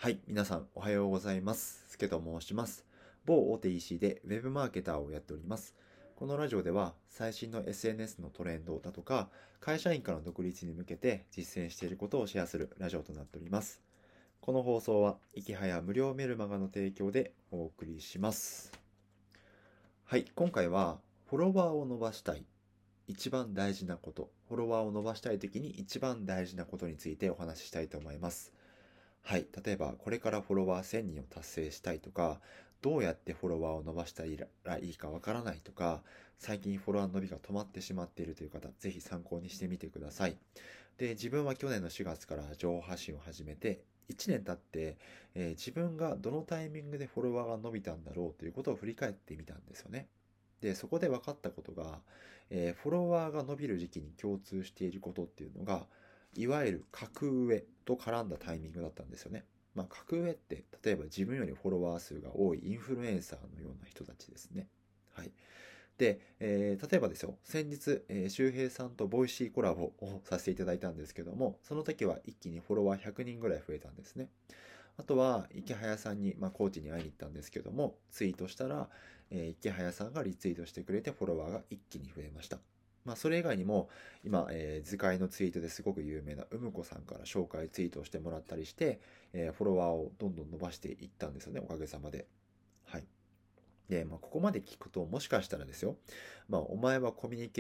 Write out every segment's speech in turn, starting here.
はい、皆さんおはようございます。すけと申します。某大手 EC でウェブマーケターをやっております。このラジオでは最新の SNS のトレンドだとか、会社員からの独立に向けて実践していることをシェアするラジオとなっております。この放送は、いきはや無料メルマガの提供でお送りします。はい、今回はフォロワーを伸ばしたい。一番大事なこと。フォロワーを伸ばしたいときに一番大事なことについてお話ししたいと思います。はい。例えば、これからフォロワー1000人を達成したいとか、どうやってフォロワーを伸ばしたらいいかわからないとか、最近フォロワーの伸びが止まってしまっているという方、ぜひ参考にしてみてください。で、自分は去年の4月から情報発信を始めて、1年経って、自分がどのタイミングでフォロワーが伸びたんだろうということを振り返ってみたんですよね。で、そこで分かったことが、フォロワーが伸びる時期に共通していることっていうのが、いわゆる格上と絡んだタイミングだったんですよね。まあ、格上って、例えば自分よりフォロワー数が多いインフルエンサーのような人たちですね。はい。で、例えばですよ、先日、周平さんとボイシーコラボをさせていただいたんですけども、その時は一気にフォロワー100人ぐらい増えたんですね。あとは、池早さんに、コーチに会いに行ったんですけども、ツイートしたら、池早さんがリツイートしてくれてフォロワーが一気に増えました。それ以外にも、今、図解のツイートですごく有名なうむこさんから紹介ツイートをしてもらったりして、フォロワーをどんどん伸ばしていったんですよね、おかげさまで。はい。で、ここまで聞くと、もしかしたらですよ、お前は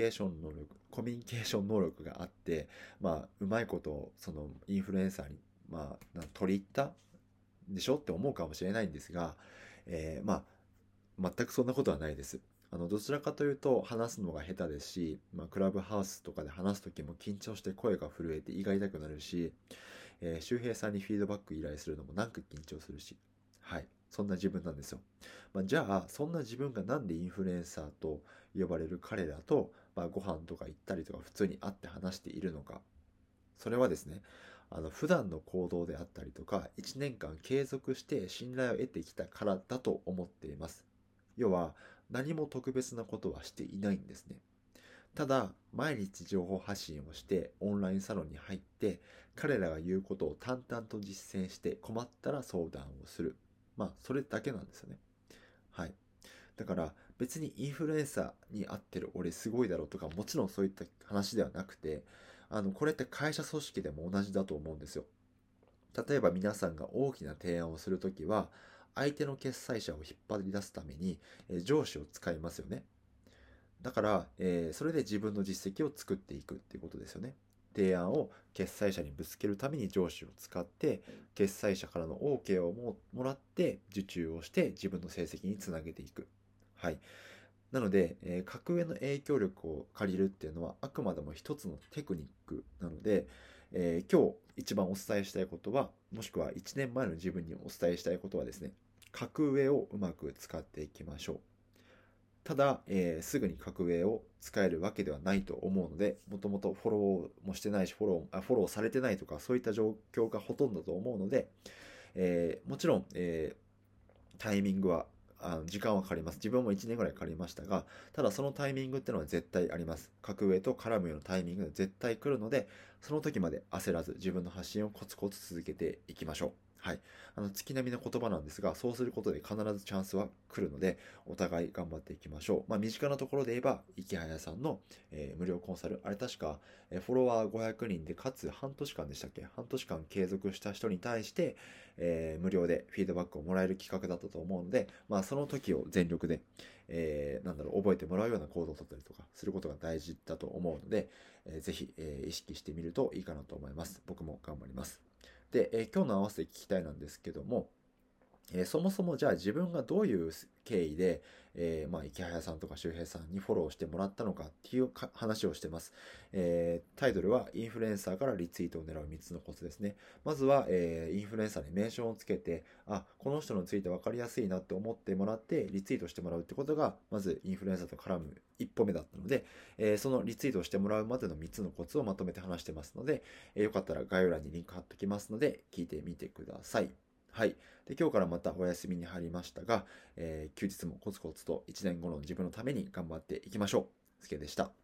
コミュニケーション能力があって、うまいことを、その、インフルエンサーに、取り入ったでしょって思うかもしれないんですが、全くそんなことはないです。どちらかというと話すのが下手ですし、クラブハウスとかで話すときも緊張して声が震えて胃が痛くなるし、周平さんにフィードバック依頼するのもなんか緊張するし、はい。そんな自分なんですよ。じゃあ、そんな自分がなんでインフルエンサーと呼ばれる彼らと、ご飯とか行ったりとか普通に会って話しているのか。それはですね、普段の行動であったりとか、1年間継続して信頼を得てきたからだと思っています。要は、何も特別なことはしていないんですね。ただ、毎日情報発信をして、オンラインサロンに入って、彼らが言うことを淡々と実践して、困ったら相談をする。それだけなんですよね。はい。だから、別にインフルエンサーに会ってる俺すごいだろうとか、もちろんそういった話ではなくて、これって会社組織でも同じだと思うんですよ。例えば皆さんが大きな提案をするときは、相手の決裁者を引っ張り出すために、上司を使いますよね。だから、それで自分の実績を作っていくっていうことですよね。提案を決裁者にぶつけるために上司を使って、決裁者からの OK をもらって受注をして自分の成績につなげていく。はい。なので、格上の影響力を借りるっていうのはあくまでも一つのテクニックなので、今日一番お伝えしたいことは、もしくは1年前の自分にお伝えしたいことはですね、格上をうまく使っていきましょう。ただ、すぐに格上を使えるわけではないと思うので、もともとフォローもしてないし、フォローされてないとか、そういった状況がほとんどだと思うので、もちろん、タイミングは、時間はかかります。自分も1年ぐらいかかりましたが、ただそのタイミングってのは絶対あります。格上と絡むようなタイミングが絶対来るので、その時まで焦らず自分の発信をコツコツ続けていきましょう。はい。月並みの言葉なんですが、そうすることで必ずチャンスは来るので、お互い頑張っていきましょう。身近なところで言えば、池早さんの、無料コンサル、あれ確か、フォロワー500人で、かつ半年間でしたっけ？半年間継続した人に対して、無料でフィードバックをもらえる企画だったと思うので、その時を全力で、覚えてもらうような行動をとったりとかすることが大事だと思うので、ぜひ、意識してみるといいかなと思います。僕も頑張ります。で、今日の合わせて聞きたいなんですけども、そもそもじゃあ自分がどういう経緯で、池早さんとか周平さんにフォローしてもらったのかっていう話をしてます。タイトルはインフルエンサーからリツイートを狙う3つのコツですね。まずは、インフルエンサーにメンションをつけて、この人について分かりやすいなって思ってもらって、リツイートしてもらうってことが、まずインフルエンサーと絡む一歩目だったので、そのリツイートをしてもらうまでの3つのコツをまとめて話してますので、よかったら概要欄にリンク貼っときますので、聞いてみてください。はい。で、今日からまたお休みに入りましたが、休日もコツコツと1年後の自分のために頑張っていきましょう。すけでした。